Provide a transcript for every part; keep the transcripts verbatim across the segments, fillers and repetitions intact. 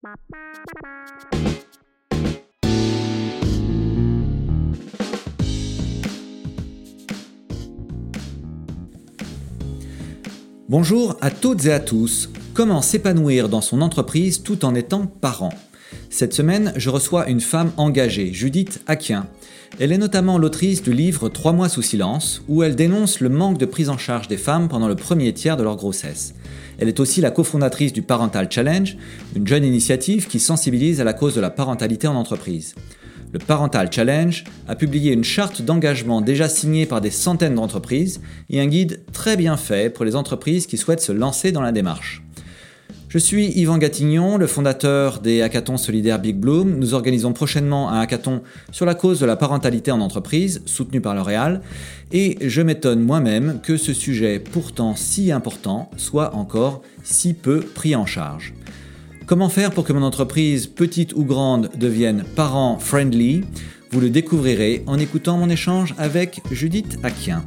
Bonjour à toutes et à tous. Comment s'épanouir dans son entreprise tout en étant parent ? Cette semaine, je reçois une femme engagée, Judith Aquien. Elle est notamment l'autrice du livre Trois mois sous silence, où elle dénonce le manque de prise en charge des femmes pendant le premier tiers de leur grossesse. Elle est aussi la cofondatrice du Parental Challenge, une jeune initiative qui sensibilise à la cause de la parentalité en entreprise. Le Parental Challenge a publié une charte d'engagement déjà signée par des centaines d'entreprises et un guide très bien fait pour les entreprises qui souhaitent se lancer dans la démarche. Je suis Yvan Gatignon, le fondateur des hackathons solidaires Big Bloom. Nous organisons prochainement un hackathon sur la cause de la parentalité en entreprise, soutenu par L'Oréal, et je m'étonne moi-même que ce sujet pourtant si important soit encore si peu pris en charge. Comment faire pour que mon entreprise, petite ou grande, devienne parent-friendly ? Vous le découvrirez en écoutant mon échange avec Judith Aquien.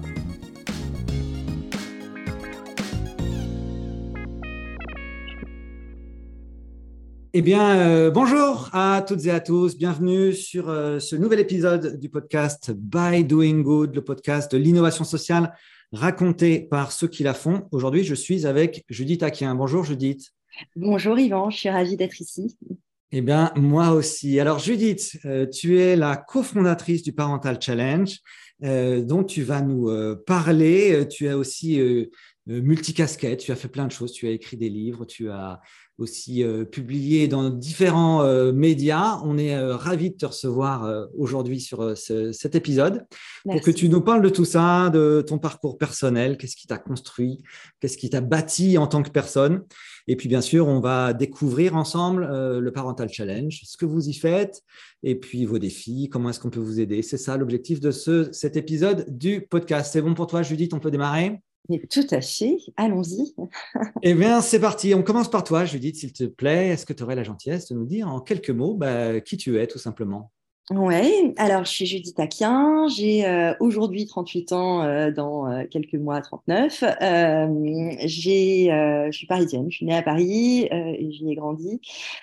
Eh bien, euh, bonjour à toutes et à tous. Bienvenue sur euh, ce nouvel épisode du podcast By Doing Good, le podcast de l'innovation sociale racontée par ceux qui la font. Aujourd'hui, je suis avec Judith Aquien. Bonjour Judith. Bonjour Yvan, je suis ravie d'être ici. Eh bien, moi aussi. Alors Judith, euh, tu es la cofondatrice du Parental Challenge, euh, dont tu vas nous euh, parler. Tu es aussi euh, multicasquette, tu as fait plein de choses. Tu as écrit des livres, tu as aussi euh, publié dans différents euh, médias. On est euh, ravis de te recevoir euh, aujourd'hui sur euh, ce, cet épisode. Merci. Pour que tu nous parles de tout ça, de ton parcours personnel, qu'est-ce qui t'a construit, qu'est-ce qui t'a bâti en tant que personne. Et puis, bien sûr, on va découvrir ensemble euh, le Parental Challenge, ce que vous y faites, et puis vos défis, comment est-ce qu'on peut vous aider. C'est ça l'objectif de ce, cet épisode du podcast. C'est bon pour toi, Judith, on peut démarrer ? Tout à fait, allons-y. Eh bien, c'est parti. On commence par toi, Judith, s'il te plaît. Est-ce que tu aurais la gentillesse de nous dire en quelques mots bah, qui tu es, tout simplement ? Oui, alors je suis Judith Aquien, j'ai euh, aujourd'hui trente-huit ans, euh, dans euh, quelques mois trente-neuf. Euh, j'ai, euh, je suis parisienne, je suis née à Paris euh, et j'y ai grandi.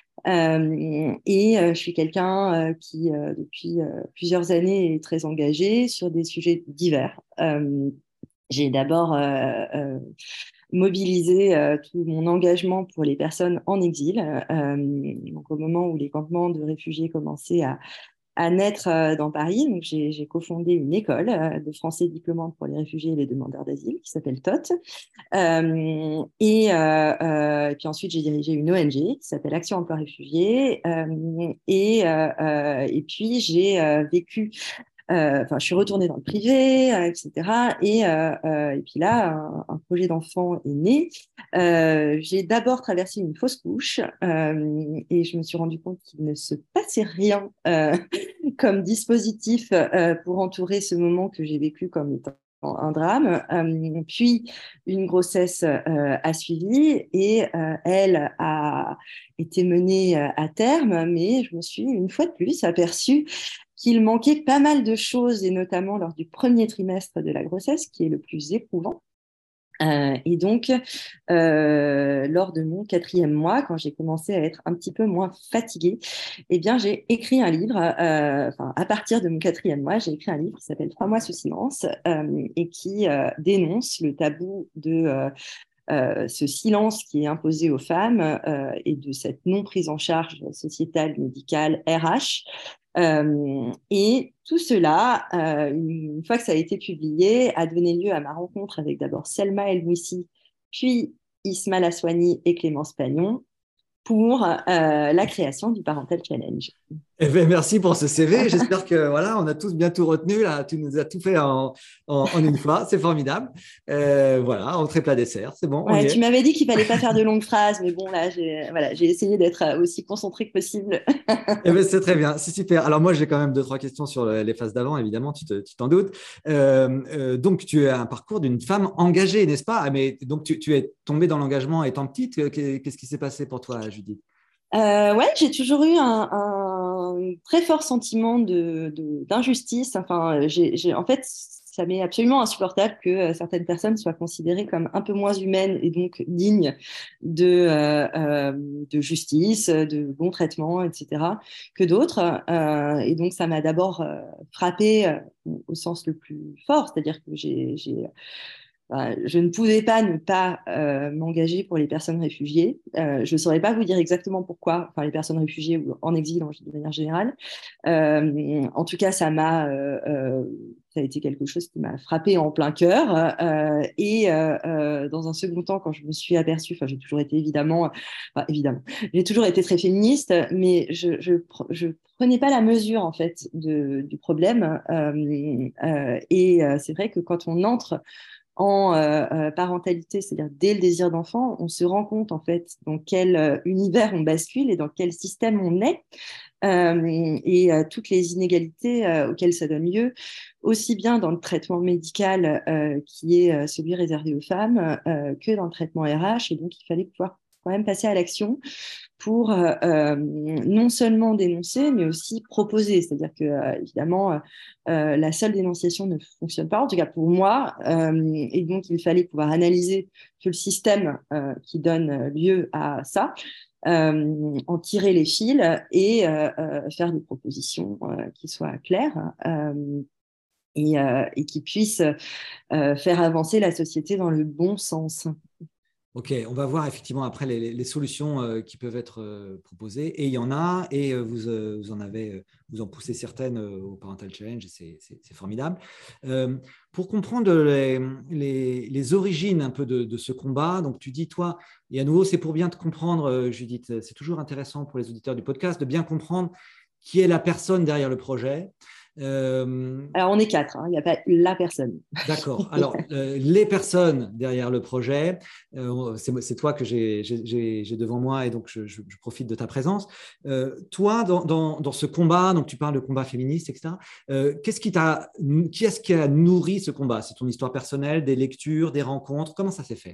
Euh, et euh, je suis quelqu'un euh, qui, euh, depuis euh, plusieurs années, est très engagé sur des sujets divers. Euh, j'ai d'abord euh, euh, mobiliser euh, tout mon engagement pour les personnes en exil. Euh, donc au moment où les campements de réfugiés commençaient à, à naître euh, dans Paris, donc j'ai, j'ai cofondé une école euh, de français diplômante pour les réfugiés et les demandeurs d'asile qui s'appelle T O T. Euh, et, euh, euh, et puis ensuite, j'ai dirigé une O N G qui s'appelle Action Emploi Réfugiés. Euh, et, euh, euh, et puis, j'ai euh, vécu Euh, Enfin, je suis retournée dans le privé, euh, et cetera. Et, euh, euh, et puis là, un, un projet d'enfant est né. Euh, j'ai d'abord traversé une fausse couche euh, et je me suis rendu compte qu'il ne se passait rien euh, comme dispositif euh, pour entourer ce moment que j'ai vécu comme étant un drame. Euh, puis, une grossesse euh, a suivi et euh, elle a été menée à terme, mais je me suis une fois de plus aperçue qu'il manquait pas mal de choses, et notamment lors du premier trimestre de la grossesse, qui est le plus éprouvant. Euh, et donc, euh, lors de mon quatrième mois, quand j'ai commencé à être un petit peu moins fatiguée, eh bien, j'ai écrit un livre. Euh, enfin, à partir de mon quatrième mois, j'ai écrit un livre qui s'appelle Trois mois sous silence euh, et qui euh, dénonce le tabou de euh, euh, ce silence qui est imposé aux femmes euh, et de cette non prise en charge sociétale, médicale, R H. Euh, et tout cela, euh, une fois que ça a été publié, a donné lieu à ma rencontre avec d'abord Selma El Mouissi, puis Ismaël Aswani et Clémence Pagnon pour euh, la création du Parental Challenge. Eh bien, merci pour ce C V. J'espère que voilà, on a tous bien tout retenu. Là, tu nous as tout fait en, en, en une fois. C'est formidable. Euh, voilà, entrée plat dessert. C'est bon. On Ouais, y tu est. m'avais dit qu'il fallait pas faire de longues phrases, mais bon, là, j'ai, voilà, j'ai essayé d'être aussi concentrée que possible. Eh bien, c'est très bien. C'est super. Alors, moi, j'ai quand même deux, trois questions sur le, les phases d'avant, évidemment, tu, te, tu t'en doutes. Euh, euh, donc, tu as un parcours d'une femme engagée, n'est-ce pas ? Ah, mais donc, tu, tu es tombée dans l'engagement étant petite. Qu'est-ce qui s'est passé pour toi, Judith ? Euh, ouais, j'ai toujours eu un, un très fort sentiment de, de- d'injustice. Enfin, j'ai, j'ai, en fait, ça ça m'est absolument insupportable que euh, certaines personnes soient considérées comme un peu moins humaines et donc dignes de, euh, euh, de justice, de bon traitement, et cetera, que d'autres. Euh, et donc, ça m'a d'abord euh, frappée euh, au sens le plus fort, c'est-à-dire que j'ai, j'ai Enfin, je ne pouvais pas ne pas euh, m'engager pour les personnes réfugiées. Euh, je ne saurais pas vous dire exactement pourquoi, enfin les personnes réfugiées ou en exil en- de manière générale. Euh, en tout cas, ça m'a, euh, euh, ça a été quelque chose qui m'a frappé en plein cœur. Euh, et euh, euh, dans un second temps, quand je me suis aperçue, enfin j'ai toujours été évidemment, enfin, évidemment, j'ai toujours été très féministe, mais je, je, je prenais pas la mesure en fait de, du problème. Euh, euh, et euh, c'est vrai que quand on entre en euh, euh, parentalité, c'est-à-dire dès le désir d'enfant, on se rend compte en fait dans quel euh, univers on bascule et dans quel système on est euh, et euh, toutes les inégalités euh, auxquelles ça donne lieu, aussi bien dans le traitement médical euh, qui est euh, celui réservé aux femmes euh, que dans le traitement R H. Et donc, il fallait pouvoir quand même passer à l'action pour euh, euh, non seulement dénoncer, mais aussi proposer. C'est-à-dire que, euh, évidemment, euh, la seule dénonciation ne fonctionne pas, en tout cas pour moi, euh, et donc il fallait pouvoir analyser tout le système euh, qui donne lieu à ça, euh, en tirer les fils et euh, euh, faire des propositions euh, qui soient claires. Euh, et, euh, et qui puissent euh, faire avancer la société dans le bon sens. Ok, on va voir effectivement après les, les solutions euh, qui peuvent être euh, proposées. Et il y en a, et euh, vous, euh, vous en avez, euh, vous en poussez certaines euh, au Parental Challenge, et c'est, c'est, c'est formidable. Euh, pour comprendre les, les, les origines un peu de, de ce combat, donc tu dis, toi, et à nouveau, c'est pour bien te comprendre, euh, Judith, c'est toujours intéressant pour les auditeurs du podcast de bien comprendre qui est la personne derrière le projet. Euh, Alors, on est quatre, hein, il n'y a pas la personne. D'accord. Alors, euh, les personnes derrière le projet, euh, c'est, c'est toi que j'ai, j'ai, j'ai devant moi et donc je, je, je profite de ta présence. Euh, toi, dans, dans, dans, ce combat, donc tu parles de combat féministe, et cetera, euh, qu'est-ce qui t'a, qui est-ce qui a nourri ce combat? C'est ton histoire personnelle, des lectures, des rencontres? Comment ça s'est fait?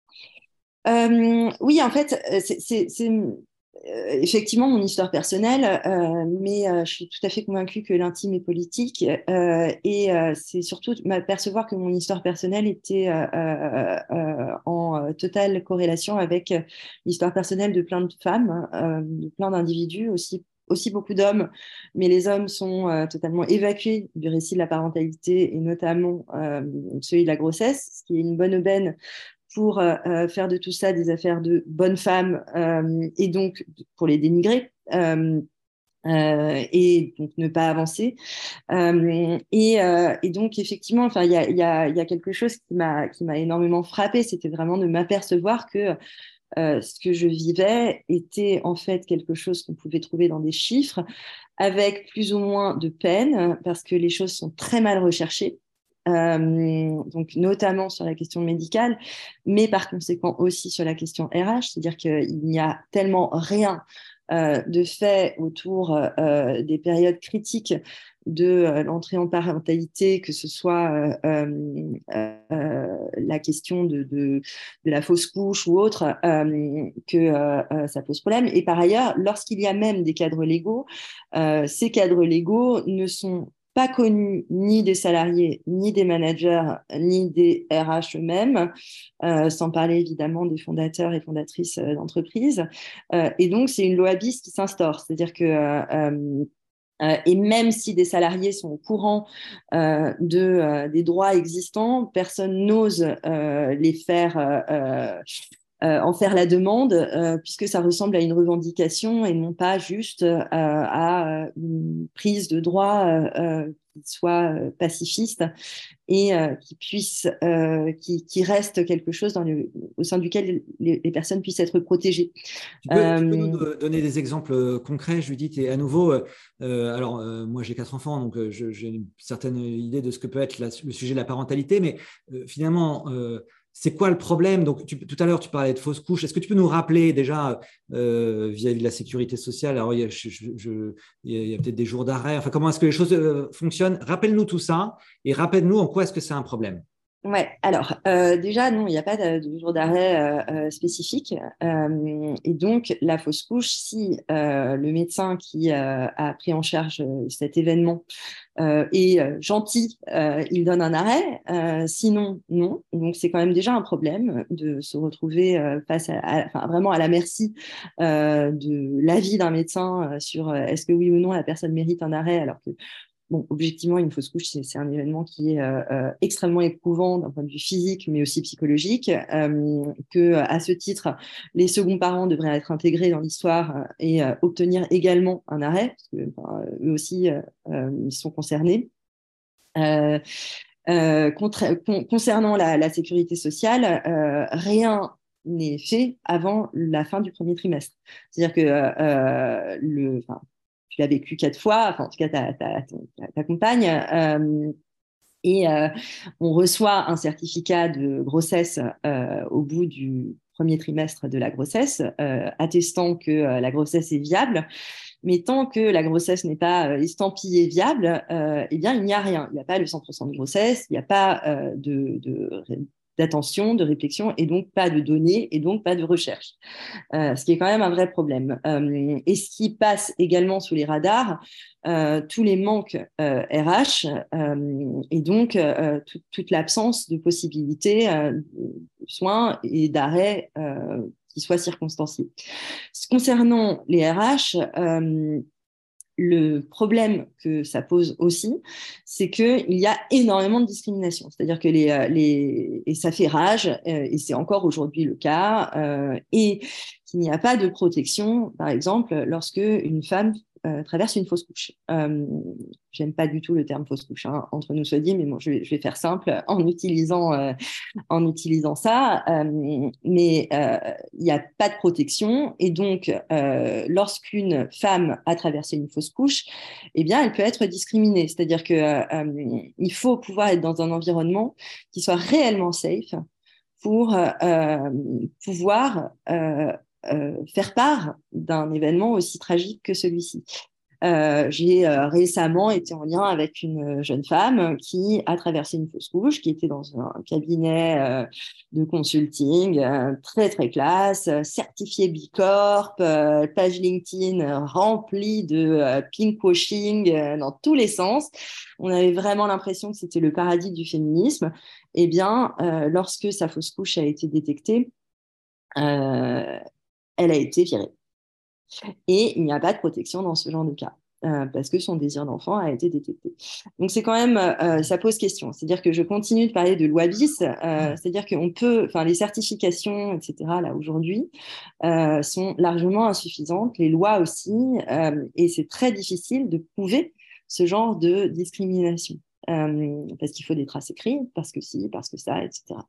Euh, oui, en fait, c'est, c'est, c'est euh, effectivement mon histoire personnelle, euh, mais euh, je suis tout à fait convaincue que l'intime est politique euh, et euh, c'est surtout m'apercevoir que mon histoire personnelle était euh, euh, euh, en totale corrélation avec l'histoire personnelle de plein de femmes, euh, de plein d'individus aussi. Aussi beaucoup d'hommes, mais les hommes sont euh, totalement évacués du récit de la parentalité et notamment euh, celui de la grossesse, ce qui est une bonne aubaine pour euh, faire de tout ça des affaires de bonnes femmes euh, et donc pour les dénigrer. Euh, euh, et donc ne pas avancer. Euh, et, euh, et donc effectivement, enfin, il y a, y a, y a quelque chose qui m'a qui m'a énormément frappée, c'était vraiment de m'apercevoir que euh, ce que je vivais était en fait quelque chose qu'on pouvait trouver dans des chiffres, avec plus ou moins de peine, parce que les choses sont très mal recherchées. Euh, donc notamment sur la question médicale, mais par conséquent aussi sur la question R H, c'est-à-dire qu'il n'y a tellement rien euh, de fait autour euh, des périodes critiques de euh, l'entrée en parentalité, que ce soit euh, euh, la question de, de, de, la fausse couche ou autre, euh, que euh, ça pose problème. Et par ailleurs, lorsqu'il y a même des cadres légaux, euh, ces cadres légaux ne sont pas connus ni des salariés, ni des managers, ni des R H eux-mêmes, euh, sans parler évidemment des fondateurs et fondatrices euh, d'entreprises. Euh, et donc, c'est une loi bis qui s'instaure. C'est-à-dire que euh, euh, et même si des salariés sont au courant euh, de, euh, des droits existants, personne n'ose euh, les faire euh, euh, en faire la demande, euh, puisque ça ressemble à une revendication et non pas juste euh, à une prise de droit euh, qui soit pacifiste et euh, qui puisse, euh, qui, qui reste quelque chose dans le, au sein duquel les, les personnes puissent être protégées. Tu peux, tu peux nous Euh, donner des exemples euh, concrets, Judith, et à nouveau, euh, euh, alors euh, moi j'ai quatre enfants, donc euh, je- j'ai une certaine idée de ce que peut être la- le sujet de la parentalité, mais euh, finalement, euh, c'est quoi le problème? Donc tu- tout à l'heure tu parlais de fausses couches. Est-ce que tu peux nous rappeler déjà euh, vis-à-vis de la sécurité sociale? Alors il y a, je- je- je- il y a- il y a peut-être des jours d'arrêt. Enfin, comment est-ce que les choses euh, fonctionnent? Rappelle-nous tout ça et rappelle-nous en quoi est-ce que c'est un problème. Ouais, alors euh, déjà, non, il n'y a pas de, de jour d'arrêt euh, euh, spécifique. Euh, et donc, la fausse couche, si euh, le médecin qui euh, a pris en charge euh, cet événement euh, est euh, gentil, euh, il donne un arrêt. Euh, sinon, non. Donc, c'est quand même déjà un problème de se retrouver euh, face à, à- enfin, vraiment à la merci euh, de l'avis d'un médecin euh, sur euh, est-ce que oui ou non la personne mérite un arrêt, alors que bon, objectivement, une fausse couche, c'est, c'est un événement qui est euh, euh, extrêmement éprouvant d'un point de vue physique, mais aussi psychologique. Euh, que, à ce titre, les seconds parents devraient être intégrés dans l'histoire euh, et euh, obtenir également un arrêt, parce que enfin, eux aussi euh, euh, ils sont concernés. Euh, euh, contra- con- concernant la, la sécurité sociale, euh, rien n'est fait avant la fin du premier trimestre. C'est-à-dire que euh, le, enfin, tu l'as vécu quatre fois, enfin en tout cas ta, ta, ta, ta compagne, euh, et euh, on reçoit un certificat de grossesse euh, au bout du premier trimestre de la grossesse, euh, attestant que euh, la grossesse est viable. Mais tant que la grossesse n'est pas euh, estampillée viable, euh, eh bien, il n'y a rien. Il n'y a pas le cent pour cent de grossesse, il n'y a pas euh, de, de, d'attention, de réflexion, et donc pas de données, et donc pas de recherche. Euh, ce qui est quand même un vrai problème. Euh, et ce qui passe également sous les radars, euh, tous les manques euh, R H euh, et donc euh, tout, toute l'absence de possibilités euh, de soins et d'arrêt euh, qui soient circonstanciés. Concernant les R H, euh, le problème que ça pose aussi, c'est qu'il y a énormément de discrimination. C'est-à-dire que les, euh, les et ça fait rage, euh, et c'est encore aujourd'hui le cas, euh, et qu'il n'y a pas de protection, par exemple, lorsque une femme euh, traverse une fausse couche. Euh, J'aime pas du tout le terme fausse couche, hein, entre nous soit dit, mais bon, je vais, je vais faire simple en utilisant euh, en utilisant ça, euh, mais euh, il n'y a pas de protection et donc euh, lorsqu'une femme a traversé une fausse couche, eh bien, elle peut être discriminée. C'est-à-dire que euh, il faut pouvoir être dans un environnement qui soit réellement safe pour euh, pouvoir euh, euh, faire part d'un événement aussi tragique que celui-ci. Euh, j'ai euh, récemment été en lien avec une jeune femme qui a traversé une fausse couche, qui était dans un cabinet euh, de consulting euh, très très classe, euh, certifié B Corp, euh, page LinkedIn euh, remplie de euh, pinkwashing euh, dans tous les sens. On avait vraiment l'impression que c'était le paradis du féminisme. Eh bien, euh, lorsque sa fausse couche a été détectée, euh, elle a été virée. Et il n'y a pas de protection dans ce genre de cas. Euh, parce que son désir d'enfant a été détecté. Donc c'est quand même, euh, ça pose question. C'est-à-dire que je continue de parler de loi bis, euh, c'est-à-dire qu'on peut, enfin les certifications, et cetera, là aujourd'hui, euh, sont largement insuffisantes, les lois aussi, euh, et c'est très difficile de prouver ce genre de discrimination. Euh, parce qu'il faut des traces écrites, parce que si, parce que ça, et cetera.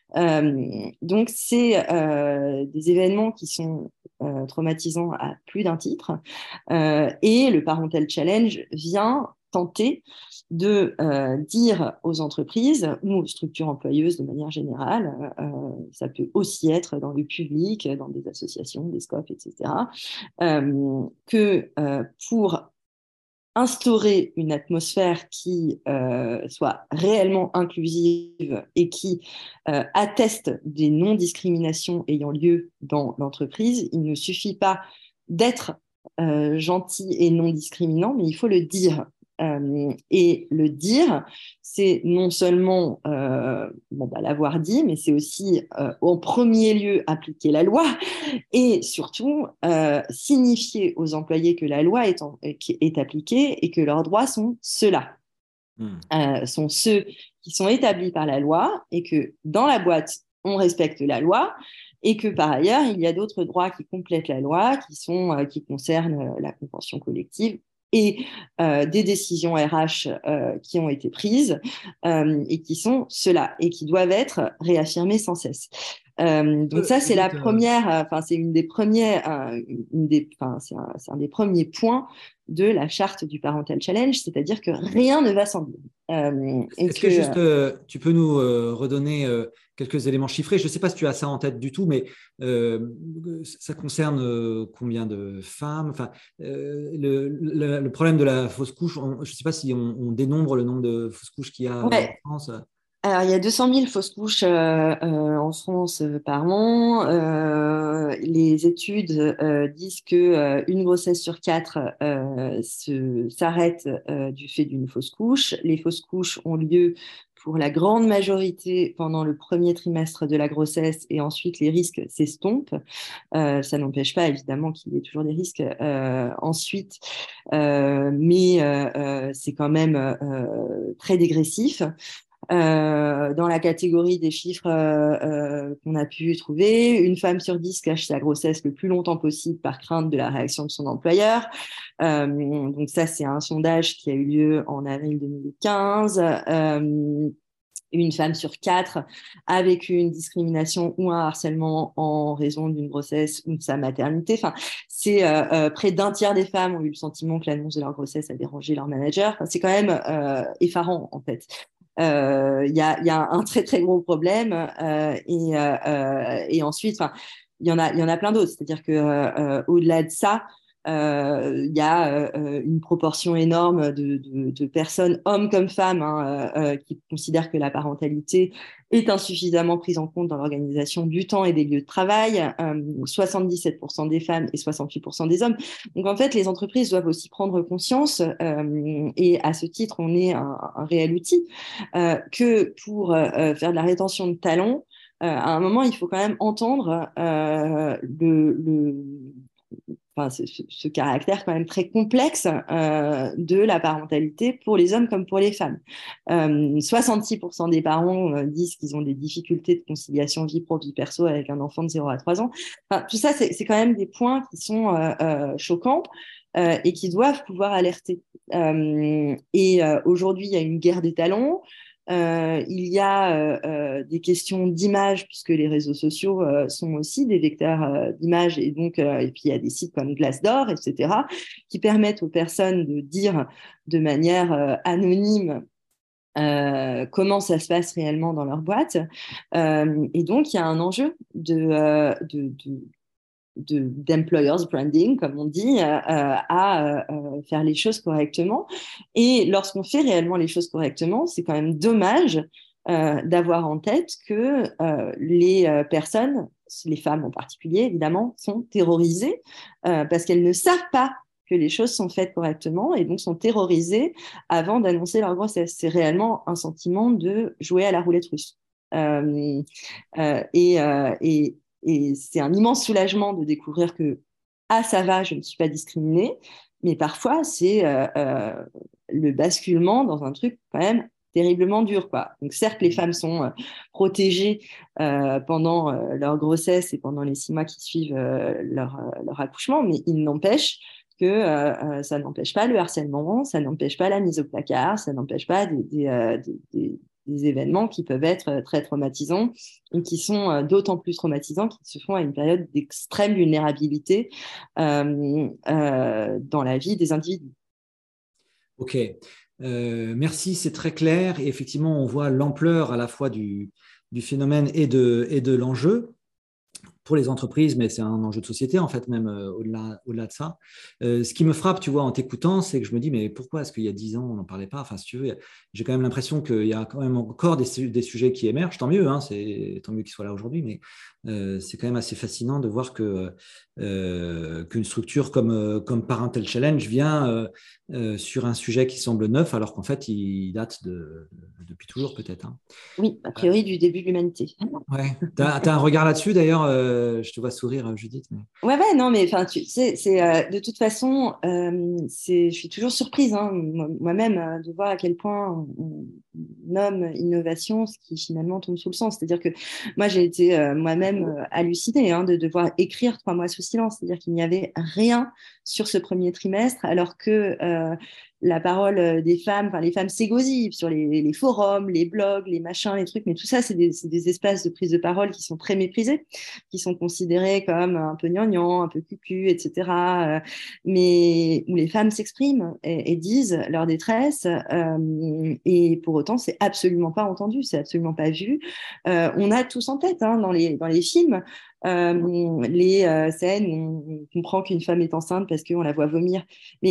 Euh, donc, c'est euh, des événements qui sont euh, traumatisants à plus d'un titre. Euh, et le Parental Challenge vient tenter de euh, dire aux entreprises ou aux structures employeuses de manière générale, euh, ça peut aussi être dans le public, dans des associations, des SCOF, et cetera, euh, que euh, pour instaurer une atmosphère qui euh, soit réellement inclusive et qui euh, atteste des non-discriminations ayant lieu dans l'entreprise, il ne suffit pas d'être euh, gentil et non discriminant, mais il faut le dire. Euh, et le dire, c'est non seulement euh, bon, bah, l'avoir dit, mais c'est aussi euh, en premier lieu appliquer la loi et surtout euh, signifier aux employés que la loi est, en, est appliquée et que leurs droits sont ceux-là, Hmm. euh, sont ceux qui sont établis par la loi et que dans la boîte, on respecte la loi et que par ailleurs, il y a d'autres droits qui complètent la loi, qui, sont, euh, qui concernent euh, la convention collective et euh, des décisions R H euh, qui ont été prises euh, et qui sont ceux-là et qui doivent être réaffirmés sans cesse. Euh, donc Euh, ça, c'est la Judith, euh, première, enfin, c'est une des premières, euh, une des, enfin, c'est un, c'est un des premiers points de la charte du Parental Challenge, c'est-à-dire que rien ne va sans dire. Euh, et est-ce que que, juste euh, tu peux nous euh, redonner euh, quelques éléments chiffrés? Je ne sais pas si tu as ça en tête du tout, mais euh, ça concerne euh, combien de femmes? Enfin, euh, le, le- le problème de la fausse couche, on- je ne sais pas si on, on dénombre le nombre de fausses couches qu'il y a euh, en ouais, France. Alors, il y a deux cent mille fausses couches euh, euh, en France euh, par an. Euh, les études euh, disent que euh, une grossesse sur quatre euh, se, s'arrête euh, du fait d'une fausse couche. Les fausses couches ont lieu pour la grande majorité pendant le premier trimestre de la grossesse et ensuite les risques s'estompent. Euh, ça n'empêche pas évidemment qu'il y ait toujours des risques euh, ensuite, euh, mais euh, euh, c'est quand même euh, très dégressif. Euh, dans la catégorie des chiffres euh, euh, qu'on a pu trouver, une femme sur dix cache sa grossesse le plus longtemps possible par crainte de la réaction de son employeur. Euh, donc ça, c'est un sondage qui a eu lieu en avril deux mille quinze. Euh, une femme sur quatre a vécu une discrimination ou un harcèlement en raison d'une grossesse ou de sa maternité. Enfin, c'est euh, euh, près d'un tiers des femmes ont eu le sentiment que l'annonce de leur grossesse a dérangé leur manager. Enfin, c'est quand même euh, effarant en fait. Il euh, y, a, y a un très très gros problème euh, et, euh, euh, et ensuite, enfin, il y en a, il y en a plein d'autres. C'est-à-dire que euh, au-delà de ça, il euh, y a euh, une proportion énorme de, de, de personnes, hommes comme femmes, hein, euh, qui considèrent que la parentalité est insuffisamment prise en compte dans l'organisation du temps et des lieux de travail. Euh, soixante-dix-sept pour cent des femmes et soixante-huit pour cent des hommes. Donc en fait, les entreprises doivent aussi prendre conscience, euh, et à ce titre, on est un, un réel outil, euh, que pour euh, faire de la rétention de talents, euh, à un moment, il faut quand même entendre euh, le, le enfin, ce, ce, caractère quand même très complexe euh, de la parentalité pour les hommes comme pour les femmes. Euh, soixante-six pour cent des parents euh, disent qu'ils ont des difficultés de conciliation vie pro-vie perso avec un enfant de zéro à trois ans. Enfin, tout ça, c'est quand même des points qui sont euh, euh, choquants euh, et qui doivent pouvoir alerter. Euh, et euh, aujourd'hui, il y a une guerre des talents. Euh, il y a euh, euh, des questions d'image, puisque les réseaux sociaux euh, sont aussi des vecteurs euh, d'image, et donc euh, et puis il y a des sites comme Glassdoor, et cetera, qui permettent aux personnes de dire de manière euh, anonyme euh, comment ça se passe réellement dans leur boîte. Euh, et donc, il y a un enjeu de, euh, de, de de, d'employers branding, comme on dit, euh, à euh, faire les choses correctement. Et lorsqu'on fait réellement les choses correctement, c'est quand même dommage euh, d'avoir en tête que euh, les euh, personnes, les femmes en particulier, évidemment, sont terrorisées euh, parce qu'elles ne savent pas que les choses sont faites correctement et donc sont terrorisées avant d'annoncer leur grossesse. C'est réellement un sentiment de jouer à la roulette russe. Euh, euh, et, euh, et, et c'est un immense soulagement de découvrir que, ah, ça va, je ne suis pas discriminée, mais parfois, c'est euh, euh, le basculement dans un truc quand même terriblement dur, quoi. Donc, certes, les femmes sont euh, protégées euh, pendant euh, leur grossesse et pendant les six mois qui suivent euh, leur, euh, leur accouchement, mais il n'empêche que euh, ça n'empêche pas le harcèlement, ça n'empêche pas la mise au placard, ça n'empêche pas des, des, euh, des, des des événements qui peuvent être très traumatisants et qui sont euh, d'autant plus traumatisants qu'ils se font à une période d'extrême vulnérabilité euh, euh, dans la vie des individus. Ok, euh, merci, c'est très clair. Et effectivement, on voit l'ampleur à la fois du, du phénomène et de, et de l'enjeu pour les entreprises, mais c'est un enjeu de société, en fait, même euh, au-delà, au-delà de ça. Euh, ce qui me frappe, tu vois, en t'écoutant, c'est que je me dis, mais pourquoi est-ce qu'il y a dix ans, on n'en parlait pas? Enfin, si tu veux, j'ai quand même l'impression qu'il y a quand même encore des, des sujets qui émergent. Tant mieux, hein, c'est, tant mieux qu'ils soient là aujourd'hui, mais euh, c'est quand même assez fascinant de voir que, euh, qu'une structure comme, euh, comme Parental Challenge vient euh, euh, sur un sujet qui semble neuf, alors qu'en fait, il date de, de, depuis toujours, peut-être. Hein. Oui, a priori du début de l'humanité. Ouais. Tu as, un regard là-dessus d'ailleurs, euh, je te vois sourire, Judith. Mais... Ouais, ouais, non, mais enfin, tu sais, c'est euh, de toute façon, euh, c'est, je suis toujours surprise, hein, moi-même, euh, de voir à quel point on, on nomme innovation ce qui finalement tombe sous le sens. C'est-à-dire que moi, j'ai été euh, moi-même euh, hallucinée hein, de devoir écrire trois mois sous silence. C'est-à-dire qu'il n'y avait rien sur ce premier trimestre, alors que euh, la parole des femmes, enfin les femmes s'égosillent sur les, les forums, les blogs, les machins, les trucs, mais tout ça, c'est des, c'est des espaces de prise de parole qui sont très méprisés, qui sont considérés comme un peu gnangnan, un peu cucu, et cetera. Euh, mais où les femmes s'expriment et, et disent leur détresse, euh, et pour autant, c'est absolument pas entendu, c'est absolument pas vu. Euh, on a tous en tête hein, dans les dans les films. Euh, les euh, scènes où on comprend qu'une femme est enceinte parce qu'on la voit vomir. Mais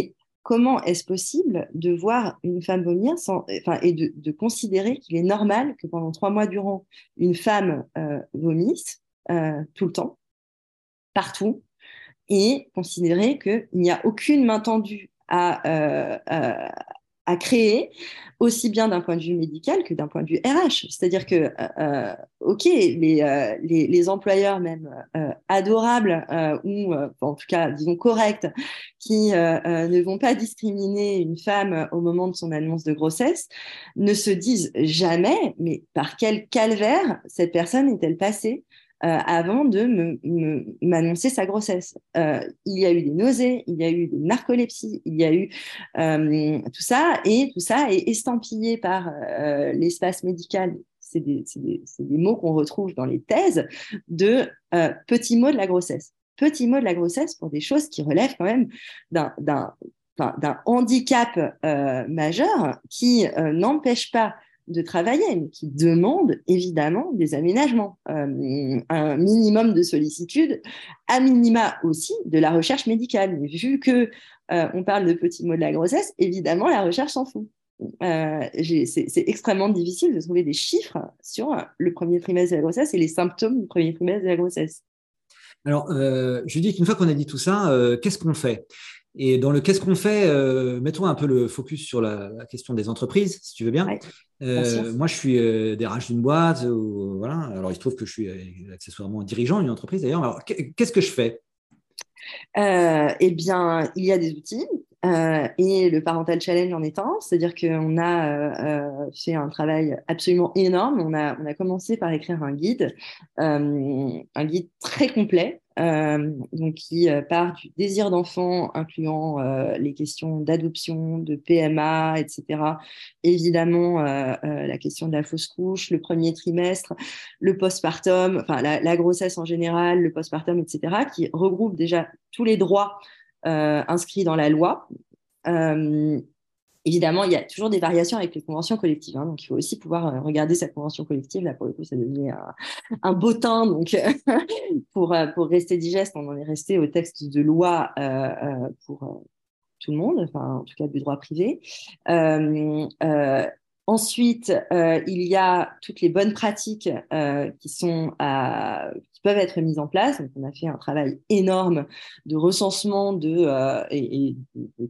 comment est-ce possible de voir une femme vomir sans, enfin, et de, de considérer qu'il est normal que pendant trois mois durant, une femme euh, vomisse euh, tout le temps, partout, et considérer qu'il n'y a aucune main tendue à, euh, à, à créer, aussi bien d'un point de vue médical que d'un point de vue R H. C'est-à-dire que, euh, OK, les, euh, les, les employeurs même euh, adorables, euh, ou euh, en tout cas, disons, corrects, qui euh, euh, ne vont pas discriminer une femme au moment de son annonce de grossesse, ne se disent jamais, mais par quel calvaire cette personne est-elle passée euh, avant de me, me, m'annoncer sa grossesse. Euh, il y a eu des nausées, il y a eu des narcolepsies, il y a eu euh, tout ça, et tout ça est estampillé par euh, l'espace médical. C'est des, c'est des, c'est des mots qu'on retrouve dans les thèses de euh, petits mots de la grossesse. Petits mots de la grossesse pour des choses qui relèvent quand même d'un, d'un, enfin, d'un handicap euh, majeur qui euh, n'empêche pas de travailler, mais qui demande évidemment des aménagements, euh, un minimum de sollicitude, à minima aussi de la recherche médicale. Mais vu que euh, on parle de petits mots de la grossesse, évidemment la recherche s'en fout. Euh, j'ai, c'est, c'est extrêmement difficile de trouver des chiffres sur le premier trimestre de la grossesse et les symptômes du premier trimestre de la grossesse. Alors, euh, Judith, une fois qu'on a dit tout ça, euh, qu'est-ce qu'on fait? Et dans le qu'est-ce qu'on fait, euh, mettons un peu le focus sur la, la question des entreprises, si tu veux bien. Ouais, Euh, moi, je suis euh, D R H d'une boîte. Ou, voilà. Alors, il se trouve que je suis euh, accessoirement dirigeant d'une entreprise d'ailleurs. Alors, qu'est-ce que je fais? Euh, eh bien, il y a des outils euh, et le Parental Challenge en est un. C'est-à-dire qu'on a euh, euh, fait un travail absolument énorme. On a, on a commencé par écrire un guide, euh, un guide très complet, euh, donc qui euh, part du désir d'enfant, incluant euh, les questions d'adoption, de P M A, et cetera. Évidemment, euh, euh, la question de la fausse couche, le premier trimestre, le postpartum, enfin la, la grossesse en général, le postpartum, et cetera, qui regroupe déjà tous les droits euh, inscrits dans la loi. Euh, évidemment, il y a toujours des variations avec les conventions collectives, hein, donc il faut aussi pouvoir euh, regarder sa convention collective. Là, pour le coup, ça devenait un, un bottin, donc pour, euh, pour rester digeste, on en est resté au texte de loi euh, euh, pour euh, tout le monde, enfin en tout cas du droit privé. Euh, euh, Ensuite, euh, il y a toutes les bonnes pratiques euh, qui sont à, qui peuvent être mises en place. Donc, on a fait un travail énorme de recensement de, euh, et, et de, de,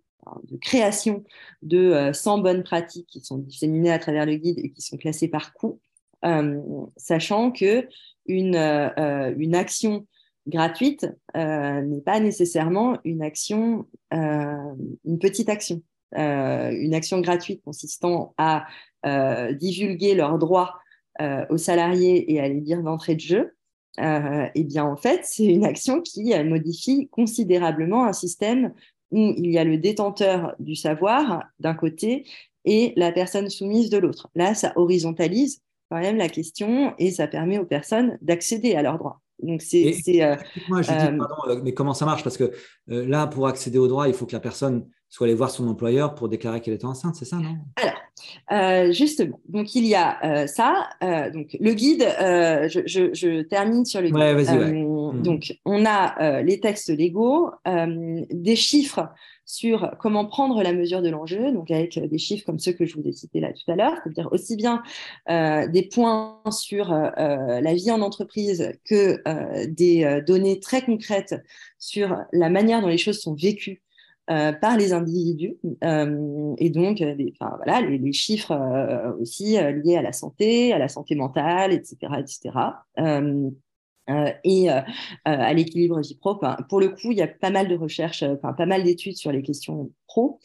de création de euh, cent bonnes pratiques qui sont disséminées à travers le guide et qui sont classées par coût, euh, sachant que une, euh, une action gratuite euh, n'est pas nécessairement une action, euh, une petite action. Euh, une action gratuite consistant à euh, divulguer leurs droits euh, aux salariés et à les dire d'entrée de jeu, euh, eh bien en fait c'est une action qui euh, modifie considérablement un système où il y a le détenteur du savoir d'un côté et la personne soumise de l'autre. Là, ça horizontalise quand même la question et ça permet aux personnes d'accéder à leurs droits. Donc c'est, Et c'est euh, explique-moi, Judith, euh, pardon, euh, mais comment ça marche? Parce que euh, là, pour accéder aux droits, il faut que la personne soit allée voir son employeur pour déclarer qu'elle était enceinte, c'est ça, non? Alors, euh, justement, donc il y a euh, ça. Euh, donc le guide, euh, je, je, je termine sur le guide. Ouais, vas-y, ouais. Euh, Mhm. donc on a euh, les textes légaux, euh, des chiffres sur comment prendre la mesure de l'enjeu, donc avec euh, des chiffres comme ceux que je vous ai cités là tout à l'heure, c'est-à-dire aussi bien euh, des points sur euh, euh, la vie en entreprise que euh, des euh, données très concrètes sur la manière dont les choses sont vécues euh, par les individus, euh, et donc euh, les, enfin, voilà, les, les chiffres euh, aussi euh, liés à la santé, à la santé mentale, et cetera, et cetera. Euh, euh, et euh, euh, à l'équilibre vie pro. Enfin, pour le coup, il y a pas mal de recherches, euh, enfin, pas mal d'études sur les questions pro.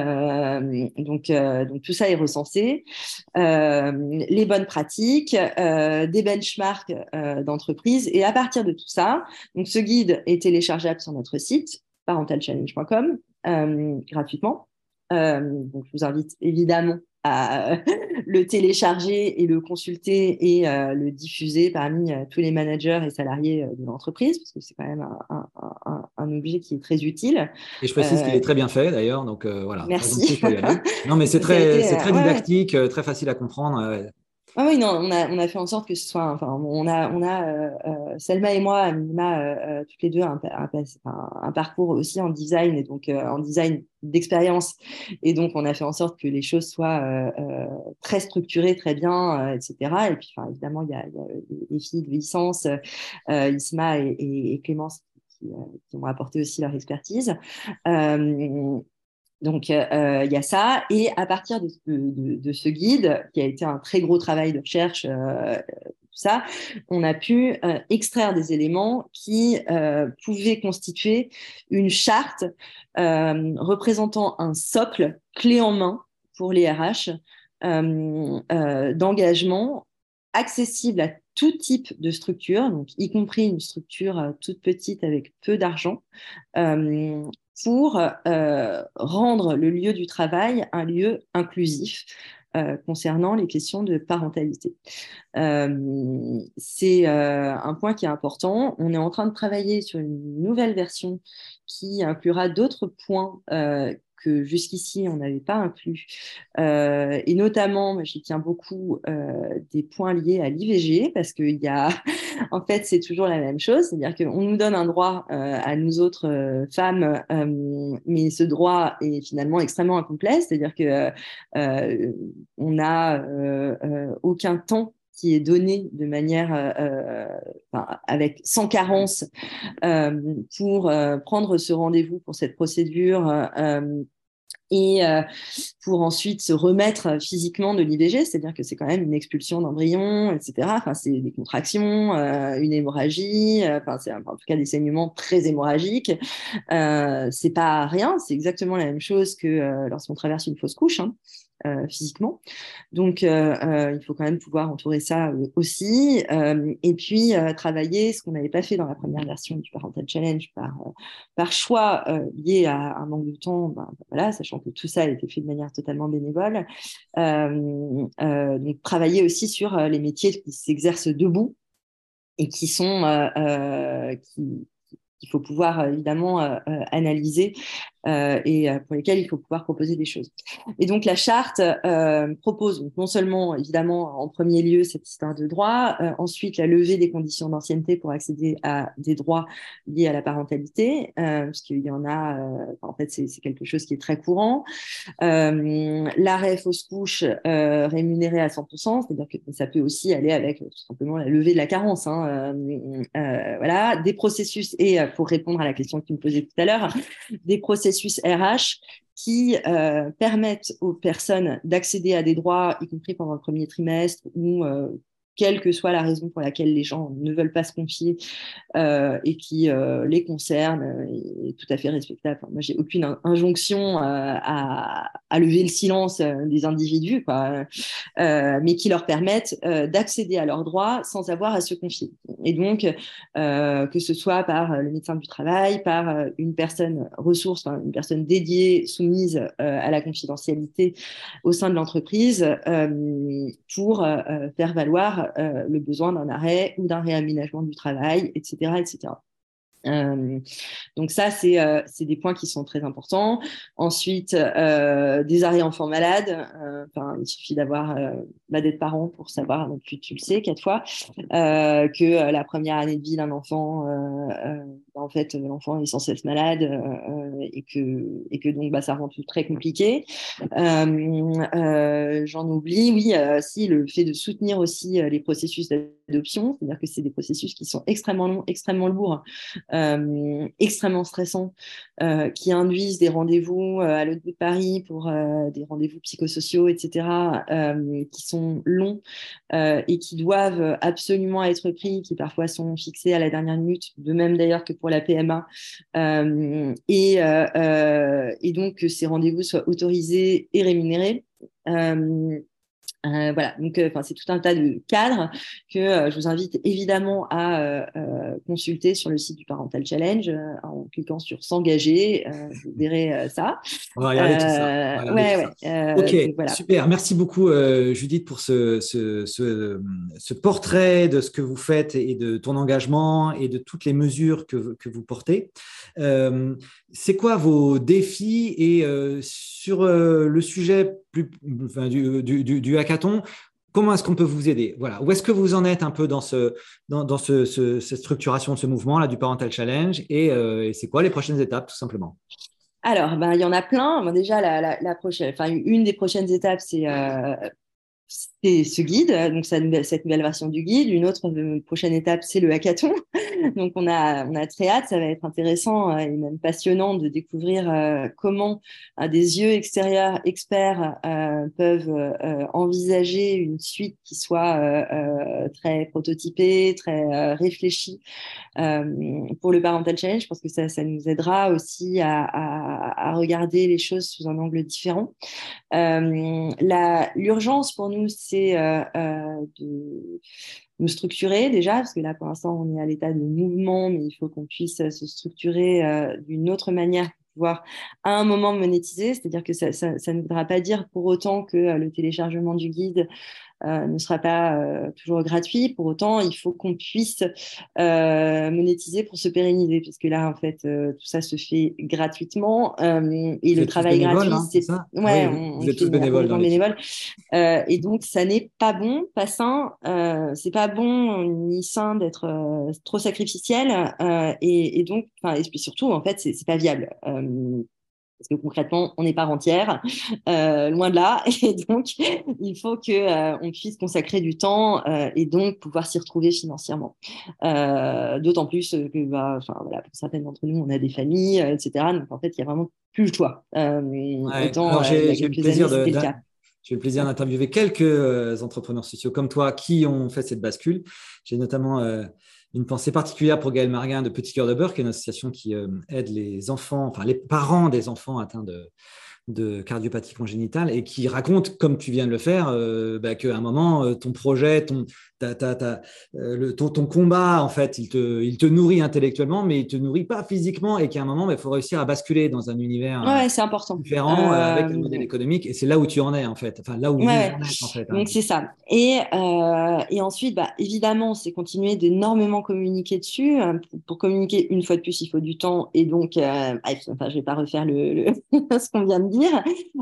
Euh, donc, euh, donc tout ça est recensé. Euh, les bonnes pratiques, euh, des benchmarks euh, d'entreprise. Et à partir de tout ça, donc ce guide est téléchargeable sur notre site parental challenge point com euh, gratuitement. Euh, donc je vous invite évidemment à euh, le télécharger et le consulter et euh, le diffuser parmi euh, tous les managers et salariés euh, de l'entreprise, parce que c'est quand même un, un, un, un objet qui est très utile. Et je précise qu'il Euh, est très bien fait d'ailleurs, donc euh, voilà, pas merci. hésiter, il faut y aller. Non, mais c'est Ça a très, été, c'est euh, très ouais, didactique, euh, très facile à comprendre. euh, Ah oui, non, on a, on a fait en sorte que ce soit, enfin, on a, on a euh, euh, Selma et moi, à minima, euh, euh, toutes les deux, un, un, un, un parcours aussi en design, et donc euh, en design d'expérience. Et donc, on a fait en sorte que les choses soient euh, euh, très structurées, très bien, euh, et cetera. Et puis, enfin, évidemment, il y a, il y a les filles de licence, euh, Isma et, et, et Clémence, qui, euh, qui ont apporté aussi leur expertise. Euh, donc, euh, il y a ça. Et à partir de, de, de, ce guide, qui a été un très gros travail de recherche, euh, tout ça, on a pu euh, extraire des éléments qui euh, pouvaient constituer une charte euh, représentant un socle clé en main pour les R H euh, euh, d'engagement accessible à tout type de structure, donc y compris une structure euh, toute petite avec peu d'argent, euh, pour euh, rendre le lieu du travail un lieu inclusif euh, concernant les questions de parentalité. Euh, c'est euh, un point qui est important. On est en train de travailler sur une nouvelle version qui inclura d'autres points euh, que jusqu'ici on n'avait pas inclus. Euh, et notamment, j'y tiens beaucoup, euh, des points liés à l'I V G, parce qu'il y a, en fait, c'est toujours la même chose, c'est-à-dire qu'on nous donne un droit euh, à nous autres euh, femmes, euh, mais ce droit est finalement extrêmement incomplet, c'est-à-dire que euh, on n'a euh, euh, aucun temps qui est donné de manière, euh, enfin, avec sans carence, euh, pour euh, prendre ce rendez-vous pour cette procédure, euh, et euh, pour ensuite se remettre physiquement de l'I V G, c'est-à-dire que c'est quand même une expulsion d'embryon, et cetera. Enfin, c'est des contractions, euh, une hémorragie, euh, enfin, c'est en tout cas des saignements très hémorragiques. Euh, c'est pas rien, c'est exactement la même chose que euh, lorsqu'on traverse une fausse couche, hein, euh, physiquement. Donc, euh, euh, il faut quand même pouvoir entourer ça euh, aussi. Euh, et puis, euh, travailler ce qu'on n'avait pas fait dans la première version du Parental Challenge par, euh, par choix euh, lié à un manque de temps, ben, voilà, sachant que tout ça a été fait de manière totalement bénévole. Euh, euh, donc, travailler aussi sur euh, les métiers qui s'exercent debout et qui sont euh, euh, qui, qu'il faut pouvoir euh, évidemment euh, euh, analyser euh, et euh, pour lesquels il faut pouvoir proposer des choses. Et donc la charte euh, propose donc, non seulement évidemment en premier lieu cette histoire de droit, euh, ensuite la levée des conditions d'ancienneté pour accéder à des droits liés à la parentalité, euh, parce qu'il y en a, euh, en fait c'est, c'est quelque chose qui est très courant. Euh, l'arrêt fausse couche euh, rémunéré à cent pour cent, c'est-à-dire que ça peut aussi aller avec tout simplement la levée de la carence. Hein, euh, euh, voilà, des processus, et euh, pour répondre à la question que tu me posais tout à l'heure, des processus R H qui euh, permettent aux personnes d'accéder à des droits, y compris pendant le premier trimestre, ou euh, quelle que soit la raison pour laquelle les gens ne veulent pas se confier euh, et qui euh, les concerne, euh, est tout à fait respectable. Enfin, moi, j'ai aucune in- injonction euh, à, à lever le silence euh, des individus, quoi, euh, mais qui leur permettent euh, d'accéder à leurs droits sans avoir à se confier. Et donc, euh, que ce soit par le médecin du travail, par euh, une personne ressource, enfin, une personne dédiée, soumise euh, à la confidentialité au sein de l'entreprise, euh, pour euh, faire valoir euh, le besoin d'un arrêt ou d'un réaménagement du travail, et cetera, et cetera. Euh, donc ça, c'est euh, c'est des points qui sont très importants. Ensuite, euh, des arrêts enfants malades. Euh, enfin, il suffit d'avoir euh, bah, d'être parent pour savoir, donc tu, tu le sais, quatre fois, euh, que euh, la première année de vie d'un enfant, euh, euh, en fait, l'enfant est censé être malade, euh, et que et que donc bah, ça rend tout très compliqué. Euh, euh, j'en oublie, oui, euh, si le fait de soutenir aussi euh, les processus d'adoption, c'est-à-dire que c'est des processus qui sont extrêmement longs, extrêmement lourds, euh, extrêmement stressants, euh, qui induisent des rendez-vous euh, à l'autre bout de Paris pour euh, des rendez-vous psychosociaux, et cetera, euh, qui sont longs euh, et qui doivent absolument être pris, qui parfois sont fixés à la dernière minute, de même d'ailleurs que pour la P M A. Euh, et, euh, euh, et donc que ces rendez-vous soient autorisés et rémunérés. Euh, euh, voilà, donc euh, c'est tout un tas de cadres que euh, je vous invite évidemment à euh, euh, consulter sur le site du Parental Challenge euh, en cliquant sur s'engager, euh, vous verrez euh, ça. On va regarder tout ça. On Euh, va regarder tout ouais, ça. ouais. Euh, Ok, donc voilà. super. Merci beaucoup, euh, Judith, pour ce, ce, ce, ce portrait de ce que vous faites et de ton engagement et de toutes les mesures que, que vous portez. Euh, c'est quoi vos défis et euh, sur euh, le sujet plus, enfin, du, du, du, du hackathon, comment est-ce qu'on peut vous aider? Voilà. Où est-ce que vous en êtes un peu dans, ce, dans, dans ce, ce- cette structuration de ce mouvement-là du Parental Challenge et, euh, et c'est quoi les prochaines étapes, tout simplement? Alors, ben, il y en a plein. Bon, déjà, la, la, la prochaine, enfin, une des prochaines étapes, c'est euh, c'est ce guide, donc cette nouvelle, cette nouvelle version du guide. Une autre euh, prochaine étape, c'est le hackathon. Donc, on a, on a très hâte. Ça va être intéressant euh, et même passionnant de découvrir euh, comment euh, des yeux extérieurs experts euh, peuvent euh, envisager une suite qui soit euh, euh, très prototypée, très euh, réfléchie euh, pour le Parental Challenge. Je pense que ça, ça nous aidera aussi à, à, à regarder les choses sous un angle différent. Euh, la, l'urgence pour nous, c'est euh, euh, de nous structurer déjà, parce que là, pour l'instant, on est à l'état de mouvement, mais il faut qu'on puisse se structurer euh, d'une autre manière pour pouvoir à un moment monétiser. C'est-à-dire que ça, ça, ça ne voudra pas dire pour autant que euh, le téléchargement du guide euh, ne sera pas euh, toujours gratuit. Pour autant, il faut qu'on puisse euh, monétiser pour se pérenniser, parce que là, en fait, euh, tout ça se fait gratuitement. Euh, et Vous le êtes tous travail bénévoles, gratuit, hein, c'est c'est ça? Ah ouais, oui, vous, on, vous on êtes fait tous de manière bénévoles dans complètement l'équipe. bénévole. Euh, et donc, ça n'est pas bon, pas sain. Euh, c'est pas bon ni sain d'être euh, trop sacrificiel. Euh, et, et donc, enfin, et puis surtout, en fait, c'est c'est pas viable. Euh, parce que concrètement, on n'est pas rentière, euh, loin de là. Et donc, il faut que euh, on puisse consacrer du temps euh, et donc pouvoir s'y retrouver financièrement. Euh, d'autant plus que, bah, enfin, voilà, pour certaines d'entre nous, on a des familles, euh, et cetera. Donc, en fait, il y a vraiment plus le choix. Euh, Ouais. autant, Alors, euh, il y j'ai a j'ai eu le quelques années, plaisir de, c'était le d'in- cas. j'ai eu le plaisir Ouais. d'interviewer quelques euh, entrepreneurs sociaux comme toi qui ont fait cette bascule. J'ai notamment euh, une pensée particulière pour Gaël Marguin de Petit Cœur de Beurre, qui est une association qui euh, aide les enfants, enfin les parents des enfants atteints de, de cardiopathie congénitale et qui raconte, comme tu viens de le faire, euh, bah, qu'à un moment, euh, ton projet, ton, ta, ta, ta, euh, le, ton, ton combat, en fait, il te, il te nourrit intellectuellement, mais il te nourrit pas physiquement et qu'à un moment, il faut réussir à basculer dans un univers euh, Ouais, c'est important. différent euh, avec un modèle Euh, économique. Et c'est là où tu en es, en fait. Enfin, là où Ouais, vous ouais. en êtes, en fait. Hein. Donc c'est ça. Et, euh, et ensuite, bah, évidemment, c'est continuer d'énormément communiquer dessus. Euh, Pour, pour communiquer, une fois de plus, il faut du temps. Et donc, euh, bref, enfin, je vais pas refaire le, le ce qu'on vient de dire.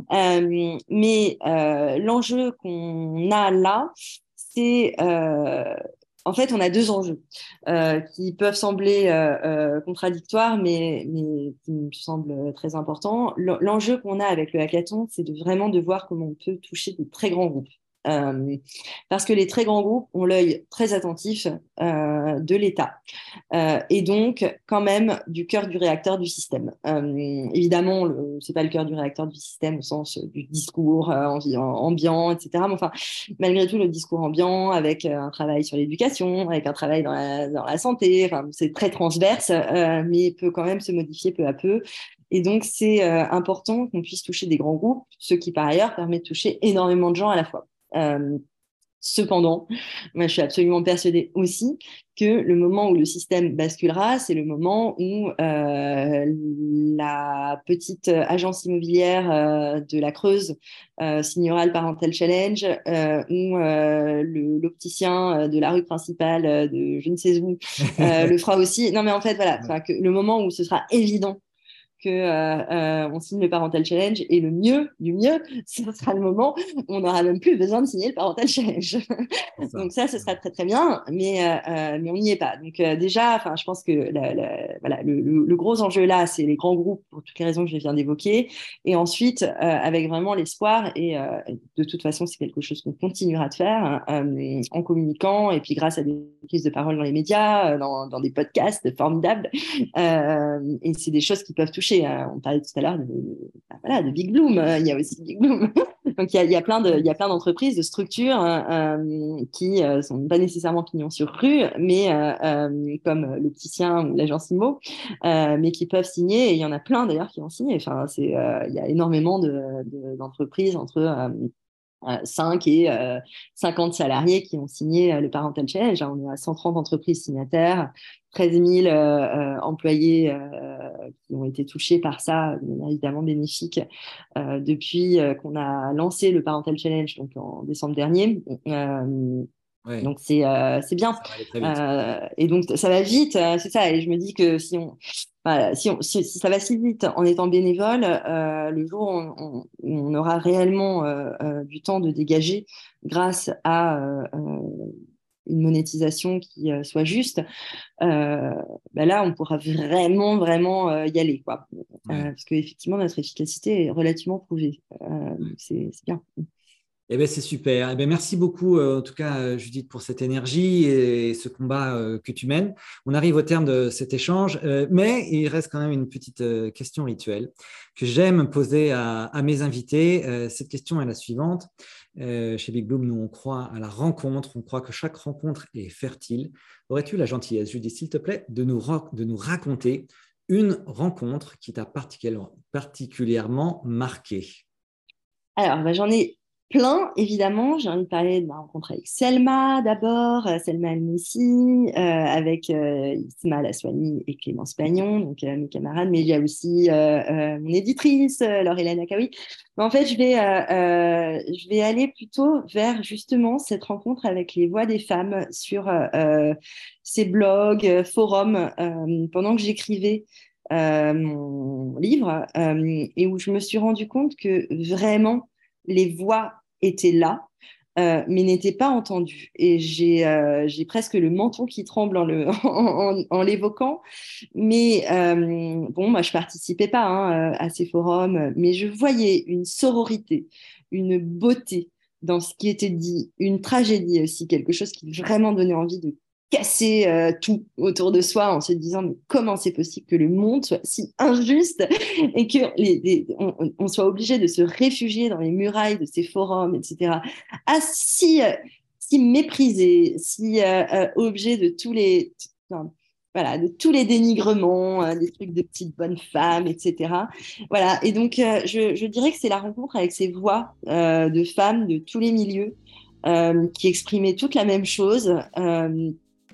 Euh, mais euh, l'enjeu qu'on a là, c'est euh, en fait, on a deux enjeux euh, qui peuvent sembler euh, euh, contradictoires, mais, mais qui me semblent très importants. L- L'enjeu qu'on a avec le hackathon, c'est de vraiment de voir comment on peut toucher des très grands groupes. Euh, parce que les très grands groupes ont l'œil très attentif euh, de l'État euh, et donc quand même du cœur du réacteur du système. Euh, évidemment, le, c'est pas le cœur du réacteur du système au sens euh, du discours euh, envi- ambiant, et cetera. Mais enfin, malgré tout, le discours ambiant avec euh, un travail sur l'éducation, avec un travail dans la, dans la santé, enfin, c'est très transverse, euh, mais peut quand même se modifier peu à peu. Et donc, c'est euh, important qu'on puisse toucher des grands groupes, ce qui par ailleurs permet de toucher énormément de gens à la fois. Euh, Cependant, moi, je suis absolument persuadée aussi que le moment où le système basculera, c'est le moment où euh, la petite agence immobilière euh, de la Creuse euh, signera le Parental Challenge, euh, où euh, le, l'opticien de la rue principale euh, de je ne sais où euh, le fera aussi. Non, mais en fait, voilà, que le moment où ce sera évident que euh, euh, on signe le Parental Challenge et le mieux du mieux, ce sera le moment où on n'aura même plus besoin de signer le Parental Challenge. C'est ça. Donc ça, ce sera très très bien, mais euh, euh, mais on n'y est pas. Donc euh, déjà, enfin, je pense que la, la, voilà, le, le, le gros enjeu là, c'est les grands groupes pour toutes les raisons que je viens d'évoquer, et ensuite euh, avec vraiment l'espoir et euh, de toute façon, c'est quelque chose qu'on continuera de faire euh, en communiquant et puis grâce à des prises de parole dans les médias, dans, dans des podcasts formidables. Euh, et c'est des choses qui peuvent toucher. Hein. On parlait tout à l'heure de, de, voilà, de Big Bloom. Euh, il y a aussi Big Bloom. Donc il y a, il y a plein de, il y a plein d'entreprises, de structures euh, qui euh, sont pas nécessairement pignon sur rue, mais euh, euh, comme l'opticien ou l'agence IMO, euh, mais qui peuvent signer. Et il y en a plein d'ailleurs qui ont signé. Enfin, c'est, euh, il y a énormément de, de, d'entreprises entre euh, cinq et euh, cinquante salariés qui ont signé euh, le Parental Challenge. On est à cent trente entreprises signataires, treize mille euh, euh, employés euh, qui ont été touchés par ça, de manière évidemment bénéfique, euh, depuis euh, qu'on a lancé le Parental Challenge donc en décembre dernier. Euh, Ouais, donc c'est euh, c'est bien. ça va aller très vite. Euh, et donc ça va vite, euh, c'est ça. Et je me dis que si on Voilà, si, on, si, si ça va si vite en étant bénévole, euh, le jour où on, on, on aura réellement euh, euh, du temps de dégager grâce à euh, euh, une monétisation qui euh, soit juste, euh, ben là, on pourra vraiment, vraiment euh, y aller, quoi. Euh, Ouais. parce qu'effectivement, notre efficacité est relativement prouvée. Euh, c'est, c'est bien. Eh ben, c'est super. Eh ben, merci beaucoup, euh, en tout cas, euh, Judith, pour cette énergie et ce combat euh, que tu mènes. On arrive au terme de cet échange, euh, mais il reste quand même une petite euh, question rituelle que j'aime poser à, à mes invités. Euh, cette question est la suivante. Euh, chez Big Bloom, nous, on croit à la rencontre. On croit que chaque rencontre est fertile. Aurais-tu la gentillesse, Judith, s'il te plaît, de nous, de nous raconter une rencontre qui t'a particulièrement marqué? Alors, bah, j'en ai plein, évidemment. J'ai envie de parler de ma rencontre avec Selma d'abord, euh, Selma El-Moussi, euh, avec euh, Ismaël Aswani et Clémence Pagnon, donc euh, mes camarades, mais il y a aussi euh, euh, mon éditrice, euh, Laure-Hélène Akaoui. Mais en fait, je vais, euh, euh, je vais aller plutôt vers justement cette rencontre avec les voix des femmes sur euh, euh, ces blogs, euh, forums, euh, pendant que j'écrivais euh, mon livre euh, et où je me suis rendu compte que vraiment les voix étaient là, euh, mais n'étaient pas entendues. Et j'ai euh, j'ai presque le menton qui tremble en, le, en, en, en l'évoquant. Mais euh, bon, moi, je participais pas hein, à ces forums, mais je voyais une sororité, une beauté dans ce qui était dit, une tragédie aussi, quelque chose qui vraiment donnait envie de casser euh, tout autour de soi en se disant mais comment c'est possible que le monde soit si injuste et que les, les, on, on soit obligé de se réfugier dans les murailles de ces forums, et cetera. Ah, si, euh, si méprisé, si euh, euh, objet de tous les, enfin, voilà, de tous les dénigrements, euh, des trucs de petites bonnes femmes, et cetera. Voilà. Et donc, euh, je, je dirais que c'est la rencontre avec ces voix euh, de femmes de tous les milieux euh, qui exprimaient toutes la même chose. Euh,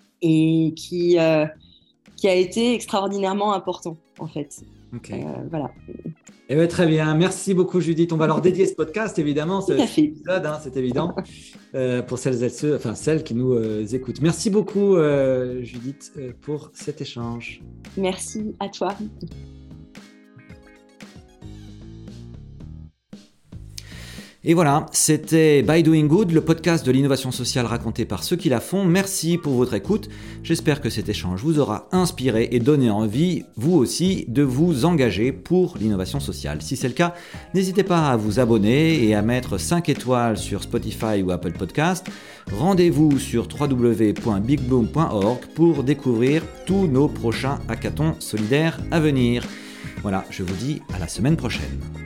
et qui, euh, qui a été extraordinairement important, en fait. Ok. Euh, voilà. Eh bien, très bien. Merci beaucoup, Judith. On va leur dédier ce podcast, évidemment, Tout ce, à cet fait. épisode, hein, c'est évident, euh, pour celles et ceux, enfin, celles qui nous euh, écoutent. Merci beaucoup, euh, Judith, euh, pour cet échange. Merci à toi. Et voilà, c'était By Doing Good, le podcast de l'innovation sociale raconté par ceux qui la font. Merci pour votre écoute. J'espère que cet échange vous aura inspiré et donné envie, vous aussi, de vous engager pour l'innovation sociale. Si c'est le cas, n'hésitez pas à vous abonner et à mettre cinq étoiles sur Spotify ou Apple Podcast. Rendez-vous sur w w w point big bloom point org pour découvrir tous nos prochains hackathons solidaires à venir. Voilà, je vous dis à la semaine prochaine.